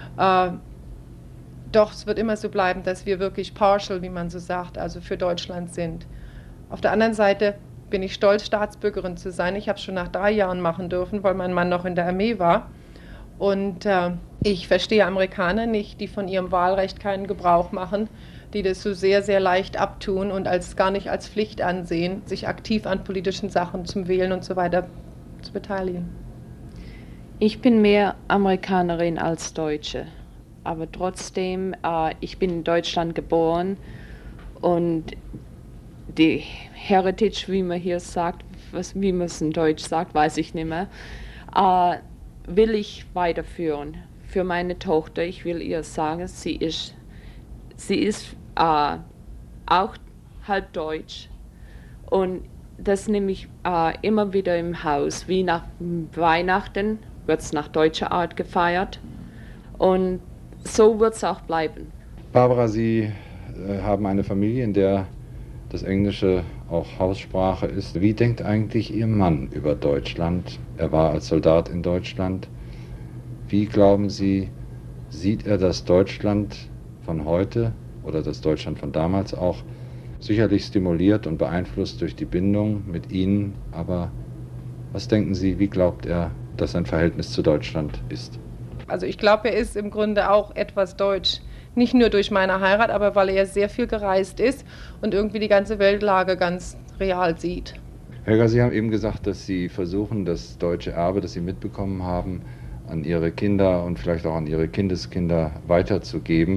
Doch es wird immer so bleiben, dass wir wirklich partial, wie man so sagt, also für Deutschland sind. Auf der anderen Seite bin ich stolz, Staatsbürgerin zu sein. Ich habe es schon nach 3 Jahren machen dürfen, weil mein Mann noch in der Armee war. Und ich verstehe Amerikaner nicht, die von ihrem Wahlrecht keinen Gebrauch machen, die das so sehr, sehr leicht abtun und gar nicht als Pflicht ansehen, sich aktiv an politischen Sachen zum Wählen und so weiter zu beteiligen. Ich bin mehr Amerikanerin als Deutsche, aber trotzdem, ich bin in Deutschland geboren und die Heritage, wie man hier sagt, wie man es in Deutsch sagt, weiß ich nicht mehr, will ich weiterführen. Für meine Tochter, ich will ihr sagen, sie ist auch halb deutsch und das nehme ich immer wieder im Haus. Wie nach Weihnachten wird es nach deutscher Art gefeiert und so wird es auch bleiben. Barbara, Sie haben eine Familie, in der das Englische auch Haussprache ist. Wie denkt eigentlich Ihr Mann über Deutschland? Er war als Soldat in Deutschland. Wie glauben Sie, sieht er das Deutschland von heute oder das Deutschland von damals auch sicherlich stimuliert und beeinflusst durch die Bindung mit Ihnen? Aber was denken Sie, wie glaubt er, dass sein Verhältnis zu Deutschland ist? Also ich glaube, er ist im Grunde auch etwas deutsch. Nicht nur durch meine Heirat, aber weil er sehr viel gereist ist und irgendwie die ganze Weltlage ganz real sieht. Helga, Sie haben eben gesagt, dass Sie versuchen, das deutsche Erbe, das Sie mitbekommen haben, an Ihre Kinder und vielleicht auch an Ihre Kindeskinder weiterzugeben.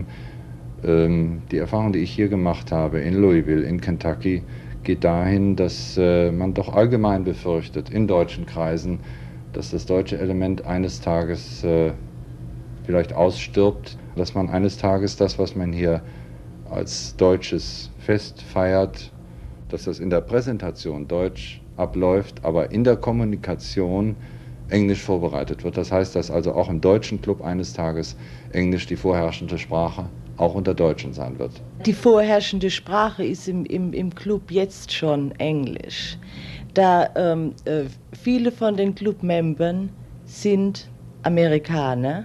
Die Erfahrung, die ich hier gemacht habe in Louisville, in Kentucky, geht dahin, dass man doch allgemein befürchtet, in deutschen Kreisen, dass das deutsche Element eines Tages vielleicht ausstirbt, dass man eines Tages das, was man hier als deutsches Fest feiert, dass das in der Präsentation deutsch abläuft, aber in der Kommunikation Englisch vorbereitet wird. Das heißt, dass also auch im deutschen Club eines Tages Englisch die vorherrschende Sprache auch unter Deutschen sein wird. Die vorherrschende Sprache ist im Club jetzt schon Englisch. Da viele von den Clubmembern sind Amerikaner,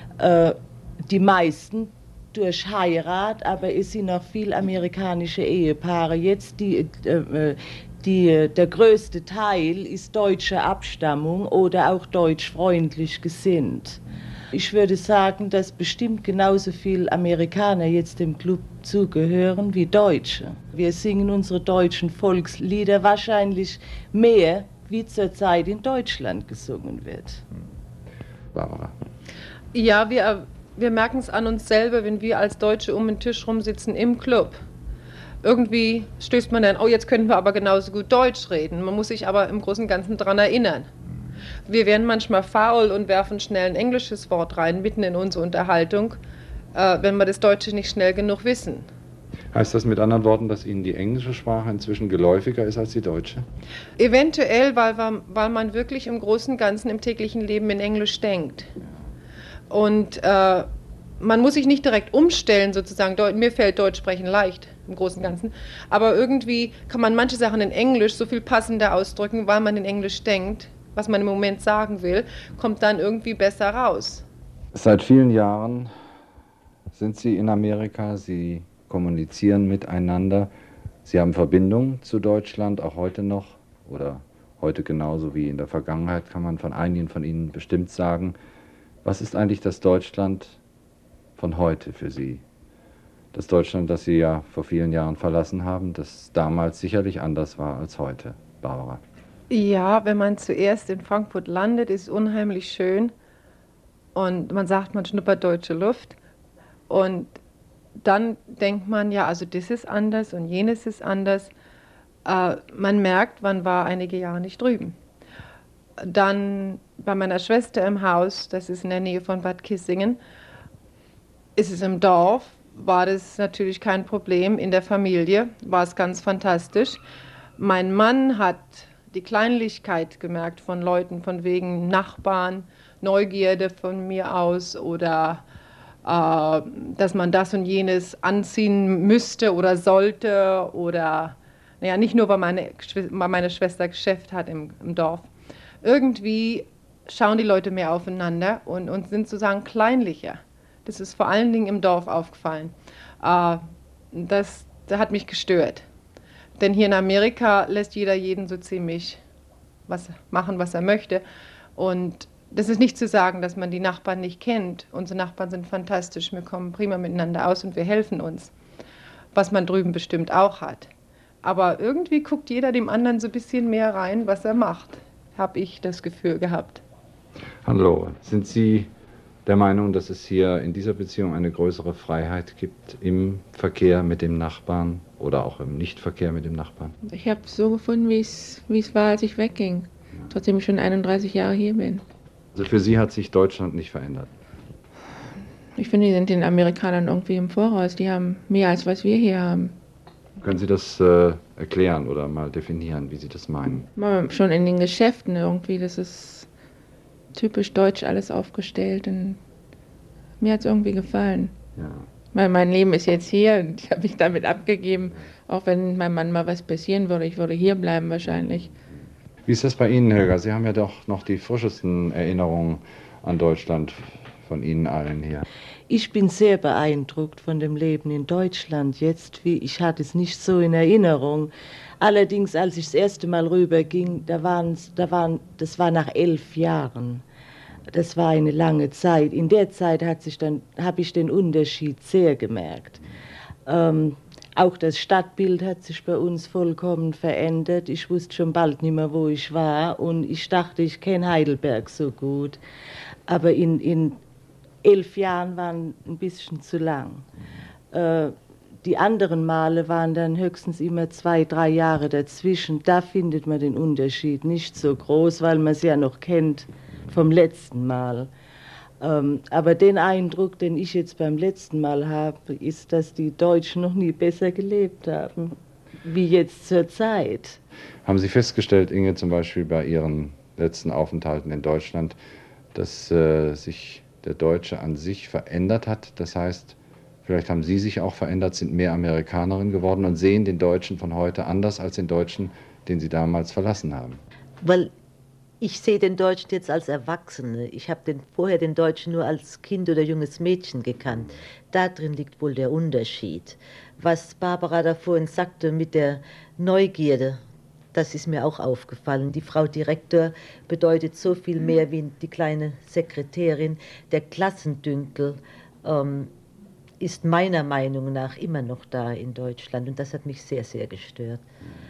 die meisten durch Heirat, aber es sind auch viele amerikanische Ehepaare. Jetzt der größte Teil ist deutscher Abstammung oder auch deutschfreundlich gesinnt. Ich würde sagen, dass bestimmt genauso viele Amerikaner jetzt dem Club zugehören wie Deutsche. Wir singen unsere deutschen Volkslieder wahrscheinlich mehr, wie zurzeit in Deutschland gesungen wird. Barbara. Ja, wir merken es an uns selber, wenn wir als Deutsche um den Tisch rumsitzen im Club. Irgendwie stößt man dann, oh, jetzt könnten wir aber genauso gut Deutsch reden. Man muss sich aber im Großen und Ganzen daran erinnern. Wir werden manchmal faul und werfen schnell ein englisches Wort rein, mitten in unsere Unterhaltung, wenn wir das Deutsche nicht schnell genug wissen. Heißt das mit anderen Worten, dass Ihnen die englische Sprache inzwischen geläufiger ist als die deutsche? Eventuell, weil man wirklich im Großen und Ganzen im täglichen Leben in Englisch denkt. Und man muss sich nicht direkt umstellen sozusagen. Mir fällt Deutsch sprechen leicht im Großen und Ganzen. Aber irgendwie kann man manche Sachen in Englisch so viel passender ausdrücken, weil man in Englisch denkt, was man im Moment sagen will, kommt dann irgendwie besser raus. Seit vielen Jahren sind Sie in Amerika, Sie kommunizieren miteinander. Sie haben Verbindung zu Deutschland, auch heute noch, oder heute genauso wie in der Vergangenheit, kann man von einigen von Ihnen bestimmt sagen. Was ist eigentlich das Deutschland von heute für Sie? Das Deutschland, das Sie ja vor vielen Jahren verlassen haben, das damals sicherlich anders war als heute, Barbara. Ja, wenn man zuerst in Frankfurt landet, ist es unheimlich schön. Und man sagt, man schnuppert deutsche Luft. Und dann denkt man, ja, also das ist anders und jenes ist anders. Man merkt, man war einige Jahre nicht drüben. Dann bei meiner Schwester im Haus, das ist in der Nähe von Bad Kissingen, ist es im Dorf, war das natürlich kein Problem. In der Familie war es ganz fantastisch. Mein Mann hat die Kleinlichkeit gemerkt von Leuten, von wegen Nachbarn, Neugierde von mir aus oder dass man das und jenes anziehen müsste oder sollte oder, naja, nicht nur, weil meine Schwester Geschäft hat im Dorf. Irgendwie schauen die Leute mehr aufeinander und sind sozusagen kleinlicher. Das ist vor allen Dingen im Dorf aufgefallen. Das hat mich gestört. Denn hier in Amerika lässt jeder jeden so ziemlich machen, was er möchte. Und das ist nicht zu sagen, dass man die Nachbarn nicht kennt. Unsere Nachbarn sind fantastisch, wir kommen prima miteinander aus und wir helfen uns. Was man drüben bestimmt auch hat. Aber irgendwie guckt jeder dem anderen so ein bisschen mehr rein, was er macht, habe ich das Gefühl gehabt. Hallo, sind Sie der Meinung, dass es hier in dieser Beziehung eine größere Freiheit gibt im Verkehr mit dem Nachbarn oder auch im Nichtverkehr mit dem Nachbarn? Ich habe es so gefunden, wie es war, als ich wegging. Trotzdem ich schon 31 Jahre hier bin. Also für Sie hat sich Deutschland nicht verändert? Ich finde, die sind den Amerikanern irgendwie im Voraus. Die haben mehr, als was wir hier haben. Können Sie das erklären oder mal definieren, wie Sie das meinen? Schon in den Geschäften irgendwie, das ist typisch deutsch alles aufgestellt. Und mir hat es irgendwie gefallen. Ja. Mein Leben ist jetzt hier und ich habe mich damit abgegeben. Auch wenn meinem Mann mal was passieren würde, ich würde hier bleiben wahrscheinlich. Wie ist das bei Ihnen, Helga? Sie haben ja doch noch die frischesten Erinnerungen an Deutschland von Ihnen allen hier. Ich bin sehr beeindruckt von dem Leben in Deutschland jetzt, wie ich hatte es nicht so in Erinnerung. Allerdings, als ich das erste Mal rüberging, das war nach 11 Jahren. Das war eine lange Zeit. In der Zeit habe ich den Unterschied sehr gemerkt. Auch das Stadtbild hat sich bei uns vollkommen verändert. Ich wusste schon bald nicht mehr, wo ich war. Und ich dachte, ich kenne Heidelberg so gut. Aber in 11 Jahren waren ein bisschen zu lang. Die anderen Male waren dann höchstens immer 2, 3 Jahre dazwischen. Da findet man den Unterschied nicht so groß, weil man es ja noch kennt vom letzten Mal. Aber den Eindruck, den ich jetzt beim letzten Mal habe, ist, dass die Deutschen noch nie besser gelebt haben, wie jetzt zur Zeit. Haben Sie festgestellt, Inge, zum Beispiel bei Ihren letzten Aufenthalten in Deutschland, dass sich der Deutsche an sich verändert hat? Das heißt, vielleicht haben Sie sich auch verändert, sind mehr Amerikanerin geworden und sehen den Deutschen von heute anders als den Deutschen, den Sie damals verlassen haben. Weil ich sehe den Deutschen jetzt als Erwachsene. Ich habe vorher den Deutschen nur als Kind oder junges Mädchen gekannt. Da drin liegt wohl der Unterschied. Was Barbara da vorhin sagte mit der Neugierde, das ist mir auch aufgefallen. Die Frau Direktor bedeutet so viel mehr wie die kleine Sekretärin. Der Klassendünkel ist meiner Meinung nach immer noch da in Deutschland und das hat mich sehr, sehr gestört.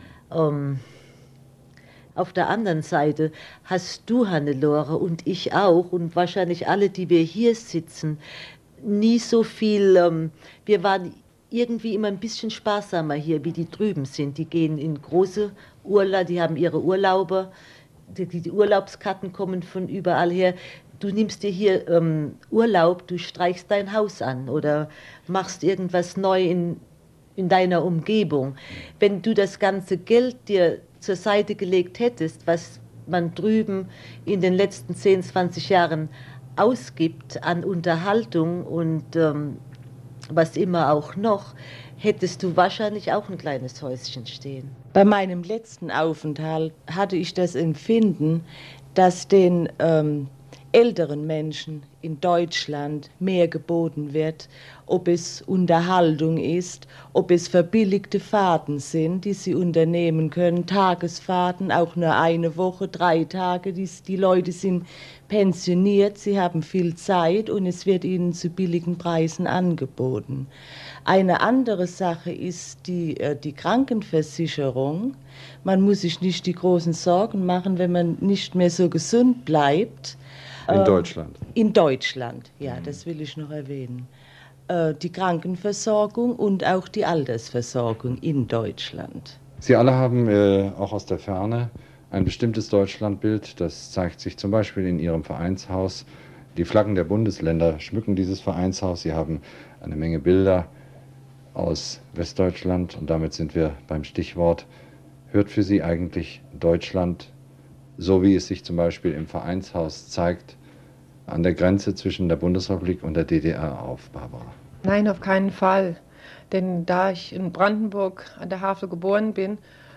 Auf der anderen Seite hast du, Hannelore, und ich auch und wahrscheinlich alle, die wir hier sitzen, nie so viel, wir waren irgendwie immer ein bisschen sparsamer hier, wie die drüben sind. Die gehen in große Urlaub, die haben ihre Urlauber, die Urlaubskarten kommen von überall her. Du nimmst dir hier Urlaub, du streichst dein Haus an oder machst irgendwas neu in deiner Umgebung. Wenn du das ganze Geld dir zur Seite gelegt hättest, was man drüben in den letzten 10, 20 Jahren ausgibt an Unterhaltung und was immer auch noch, hättest du wahrscheinlich auch ein kleines Häuschen stehen. Bei meinem letzten Aufenthalt hatte ich das Empfinden, dass den älteren Menschen in Deutschland mehr geboten wird, ob es Unterhaltung ist, ob es verbilligte Fahrten sind, die sie unternehmen können, Tagesfahrten, auch nur eine Woche, 3 Tage. Die Leute sind pensioniert, sie haben viel Zeit und es wird ihnen zu billigen Preisen angeboten. Eine andere Sache ist die Krankenversicherung. Man muss sich nicht die großen Sorgen machen, wenn man nicht mehr so gesund bleibt. In Deutschland? In Deutschland, ja, das will ich noch erwähnen. Die Krankenversorgung und auch die Altersversorgung in Deutschland. Sie alle haben auch aus der Ferne ein bestimmtes Deutschlandbild. Das zeigt sich zum Beispiel in Ihrem Vereinshaus. Die Flaggen der Bundesländer schmücken dieses Vereinshaus. Sie haben eine Menge Bilder aus Westdeutschland und damit sind wir beim Stichwort. Hört für Sie eigentlich Deutschland, so wie es sich zum Beispiel im Vereinshaus zeigt, an der Grenze zwischen der Bundesrepublik und der DDR auf, Barbara? Nein, auf keinen Fall. Denn da ich in Brandenburg an der Havel geboren bin,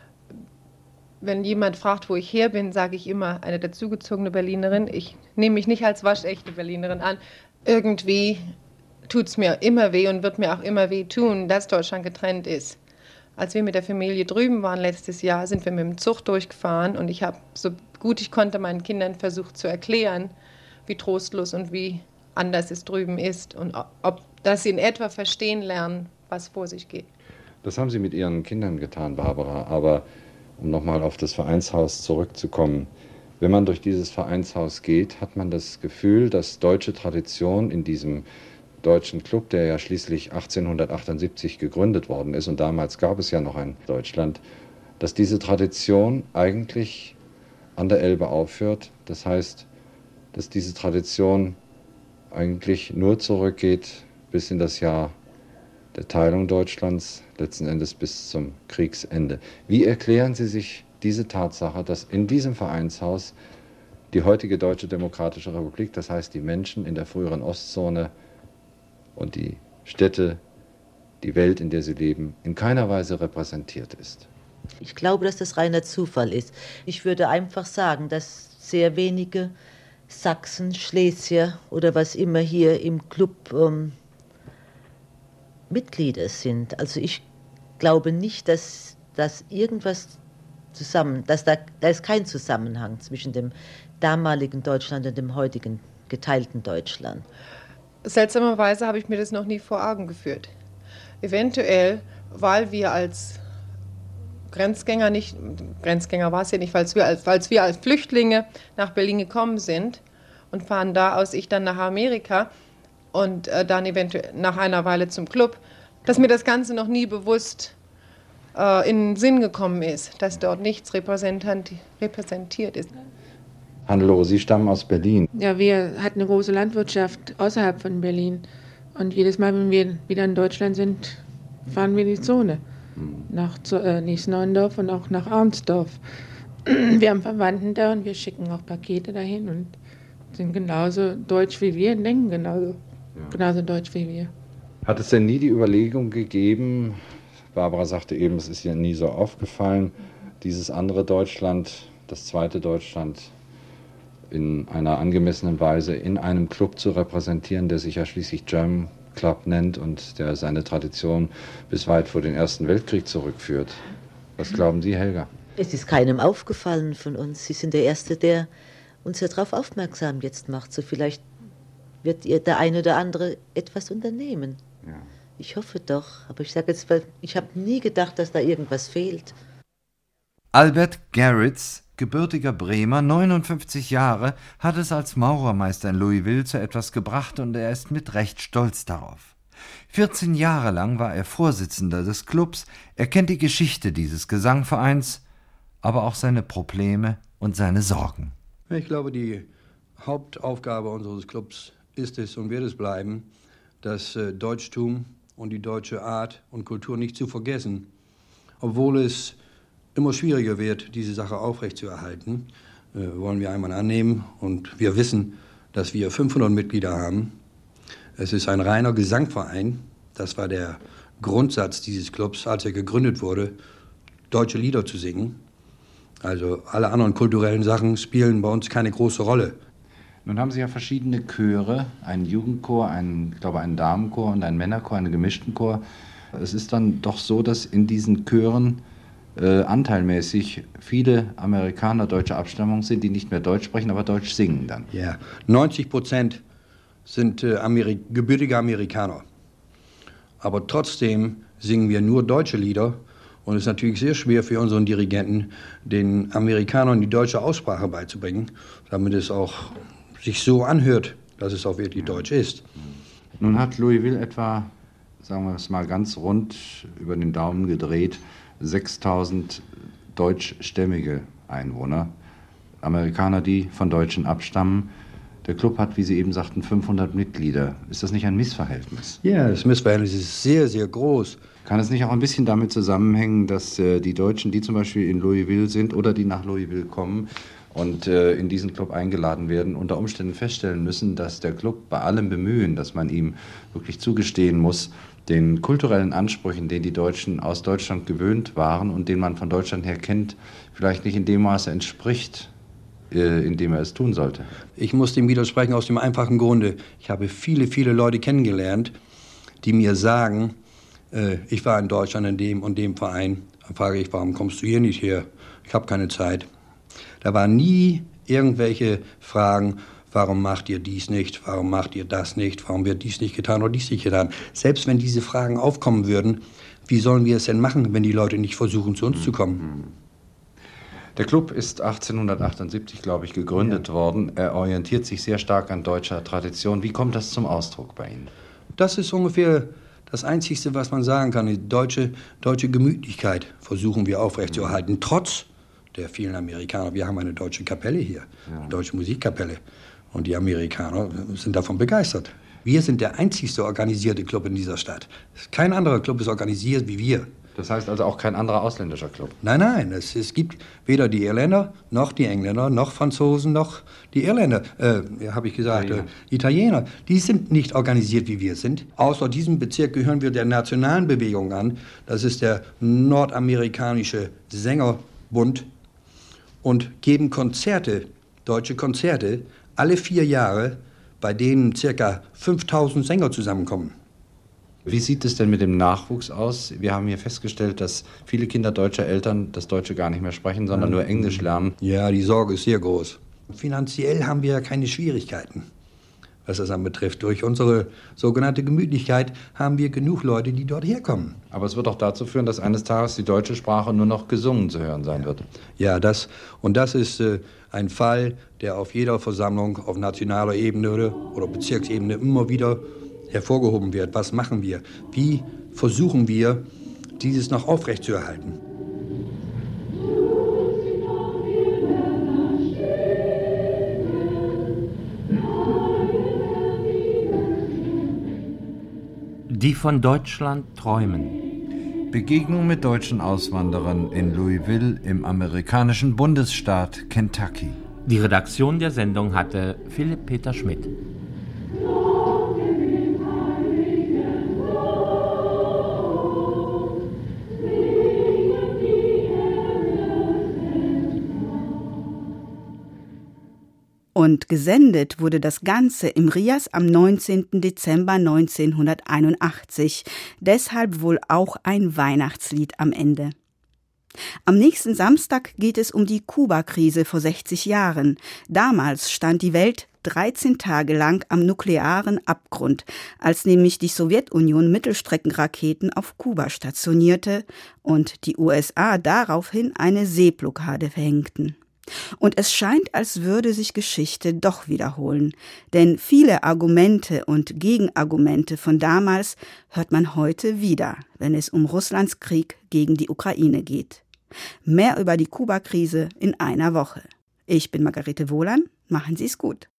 wenn jemand fragt, wo ich her bin, sage ich immer eine dazugezogene Berlinerin. Ich nehme mich nicht als waschechte Berlinerin an. Irgendwie tut es mir immer weh und wird mir auch immer weh tun, dass Deutschland getrennt ist. Als wir mit der Familie drüben waren letztes Jahr, sind wir mit dem Zug durchgefahren und ich habe so gut ich konnte meinen Kindern versucht zu erklären, wie trostlos und wie anders es drüben ist und dass sie in etwa verstehen lernen, was vor sich geht. Das haben Sie mit Ihren Kindern getan, Barbara, aber um nochmal auf das Vereinshaus zurückzukommen, wenn man durch dieses Vereinshaus geht, hat man das Gefühl, dass deutsche Tradition in diesem deutschen Club, der ja schließlich 1878 gegründet worden ist und damals gab es ja noch ein Deutschland, dass diese Tradition eigentlich an der Elbe aufhört. Das heißt, dass diese Tradition eigentlich nur zurückgeht bis in das Jahr der Teilung Deutschlands, letzten Endes bis zum Kriegsende. Wie erklären Sie sich diese Tatsache, dass in diesem Vereinshaus die heutige Deutsche Demokratische Republik, das heißt die Menschen in der früheren Ostzone und die Städte, die Welt, in der sie leben, in keiner Weise repräsentiert ist? Ich glaube, dass das reiner Zufall ist. Ich würde einfach sagen, dass sehr wenige Sachsen, Schlesier oder was immer hier im Club Mitglieder sind. Also ich glaube nicht, dass irgendwas da ist kein Zusammenhang zwischen dem damaligen Deutschland und dem heutigen geteilten Deutschland. Seltsamerweise habe ich mir das noch nie vor Augen geführt. Eventuell, weil wir als Grenzgänger war es ja nicht, weil wir als Flüchtlinge nach Berlin gekommen sind und fahren da aus, ich dann nach Amerika und dann eventuell nach einer Weile zum Club, dass mir das Ganze noch nie bewusst in den Sinn gekommen ist, dass dort nichts repräsentiert ist. Hannelore, Sie stammen aus Berlin. Ja, wir hatten eine große Landwirtschaft außerhalb von Berlin und jedes Mal, wenn wir wieder in Deutschland sind, fahren wir in die Zone. Nach Nies-Neuendorf und auch nach Arnsdorf. Wir haben Verwandten da und wir schicken auch Pakete dahin und sind genauso deutsch wie wir und denken genauso deutsch wie wir. Hat es denn nie die Überlegung gegeben, Barbara sagte eben, es ist ihr nie so aufgefallen, dieses andere Deutschland, das zweite Deutschland, in einer angemessenen Weise in einem Club zu repräsentieren, der sich ja schließlich German Club nennt und der seine Tradition bis weit vor den Ersten Weltkrieg zurückführt. Was glauben Sie, Helga? Es ist keinem aufgefallen von uns. Sie sind der Erste, der uns ja darauf aufmerksam jetzt macht. So vielleicht wird der eine oder andere etwas unternehmen. Ja. Ich hoffe doch. Aber ich sage jetzt, ich habe nie gedacht, dass da irgendwas fehlt. Albert Garritz, gebürtiger Bremer, 59 Jahre, hat es als Maurermeister in Louisville zu etwas gebracht und er ist mit Recht stolz darauf. 14 Jahre lang war er Vorsitzender des Clubs, er kennt die Geschichte dieses Gesangvereins, aber auch seine Probleme und seine Sorgen. Ich glaube, die Hauptaufgabe unseres Clubs ist es und wird es bleiben, das Deutschtum und die deutsche Art und Kultur nicht zu vergessen, obwohl es immer schwieriger wird, diese Sache aufrechtzuerhalten, wollen wir einmal annehmen. Und wir wissen, dass wir 500 Mitglieder haben. Es ist ein reiner Gesangverein. Das war der Grundsatz dieses Clubs, als er gegründet wurde, deutsche Lieder zu singen. Also alle anderen kulturellen Sachen spielen bei uns keine große Rolle. Nun haben Sie ja verschiedene Chöre, einen Jugendchor, einen Damenchor und einen Männerchor, einen gemischten Chor. Es ist dann doch so, dass in diesen Chören anteilmäßig viele Amerikaner deutscher Abstammung sind, die nicht mehr Deutsch sprechen, aber Deutsch singen dann. Ja, 90% sind gebürtige Amerikaner. Aber trotzdem singen wir nur deutsche Lieder. Und es ist natürlich sehr schwer für unseren Dirigenten, den Amerikanern die deutsche Aussprache beizubringen, damit es auch sich so anhört, dass es auch wirklich Deutsch ist. Nun hat Louisville etwa, sagen wir es mal ganz rund über den Daumen gedreht, 6.000 deutschstämmige Einwohner, Amerikaner, die von Deutschen abstammen. Der Club hat, wie Sie eben sagten, 500 Mitglieder. Ist das nicht ein Missverhältnis? Ja, das Missverhältnis ist sehr, sehr groß. Kann es nicht auch ein bisschen damit zusammenhängen, dass die Deutschen, die zum Beispiel in Louisville sind oder die nach Louisville kommen und in diesen Club eingeladen werden, unter Umständen feststellen müssen, dass der Club bei allem Bemühen, dass man ihm wirklich zugestehen muss, den kulturellen Ansprüchen, denen die Deutschen aus Deutschland gewöhnt waren und den man von Deutschland her kennt, vielleicht nicht in dem Maße entspricht, in dem er es tun sollte? Ich muss dem widersprechen aus dem einfachen Grunde. Ich habe viele, viele Leute kennengelernt, die mir sagen, ich war in Deutschland in dem und dem Verein. Dann frage ich, warum kommst du hier nicht her? Ich habe keine Zeit. Da waren nie irgendwelche Fragen, warum macht ihr dies nicht, warum macht ihr das nicht, warum wird dies nicht getan oder dies nicht getan. Selbst wenn diese Fragen aufkommen würden, wie sollen wir es denn machen, wenn die Leute nicht versuchen, zu uns zu kommen? Der Club ist 1878, glaube ich, gegründet worden. Er orientiert sich sehr stark an deutscher Tradition. Wie kommt das zum Ausdruck bei Ihnen? Das ist ungefähr das Einzige, was man sagen kann. Die deutsche Gemütlichkeit versuchen wir aufrechtzuerhalten, trotz der vielen Amerikaner. Wir haben eine deutsche Kapelle hier, eine deutsche Musikkapelle. Und die Amerikaner sind davon begeistert. Wir sind der einzigste organisierte Club in dieser Stadt. Kein anderer Club ist organisiert wie wir. Das heißt also auch kein anderer ausländischer Club? Nein, es gibt weder die Irländer, noch die Engländer, noch Franzosen, noch die Irländer, habe ich gesagt, Italiener. Die sind nicht organisiert, wie wir sind. Außer diesem Bezirk gehören wir der nationalen Bewegung an. Das ist der nordamerikanische Sängerbund. Und geben Konzerte, deutsche Konzerte, alle 4 Jahre, bei denen ca. 5.000 Sänger zusammenkommen. Wie sieht es denn mit dem Nachwuchs aus? Wir haben hier festgestellt, dass viele Kinder deutscher Eltern das Deutsche gar nicht mehr sprechen, sondern nur Englisch lernen. Ja, die Sorge ist sehr groß. Finanziell haben wir ja keine Schwierigkeiten, was das anbetrifft. Durch unsere sogenannte Gemütlichkeit haben wir genug Leute, die dort herkommen. Aber es wird auch dazu führen, dass eines Tages die deutsche Sprache nur noch gesungen zu hören sein wird. Ja, das ist ein Fall, der auf jeder Versammlung auf nationaler Ebene oder Bezirksebene immer wieder hervorgehoben wird. Was machen wir? Wie versuchen wir, dieses noch aufrechtzuerhalten? Die von Deutschland träumen. Begegnung mit deutschen Auswanderern in Louisville im amerikanischen Bundesstaat Kentucky. Die Redaktion der Sendung hatte Philipp Peter Schmidt. Und gesendet wurde das Ganze im RIAS am 19. Dezember 1981. Deshalb wohl auch ein Weihnachtslied am Ende. Am nächsten Samstag geht es um die Kuba-Krise vor 60 Jahren. Damals stand die Welt 13 Tage lang am nuklearen Abgrund, als nämlich die Sowjetunion Mittelstreckenraketen auf Kuba stationierte und die USA daraufhin eine Seeblockade verhängten. Und es scheint, als würde sich Geschichte doch wiederholen. Denn viele Argumente und Gegenargumente von damals hört man heute wieder, wenn es um Russlands Krieg gegen die Ukraine geht. Mehr über die Kuba-Krise in einer Woche. Ich bin Margarete Wohlan. Machen Sie es gut.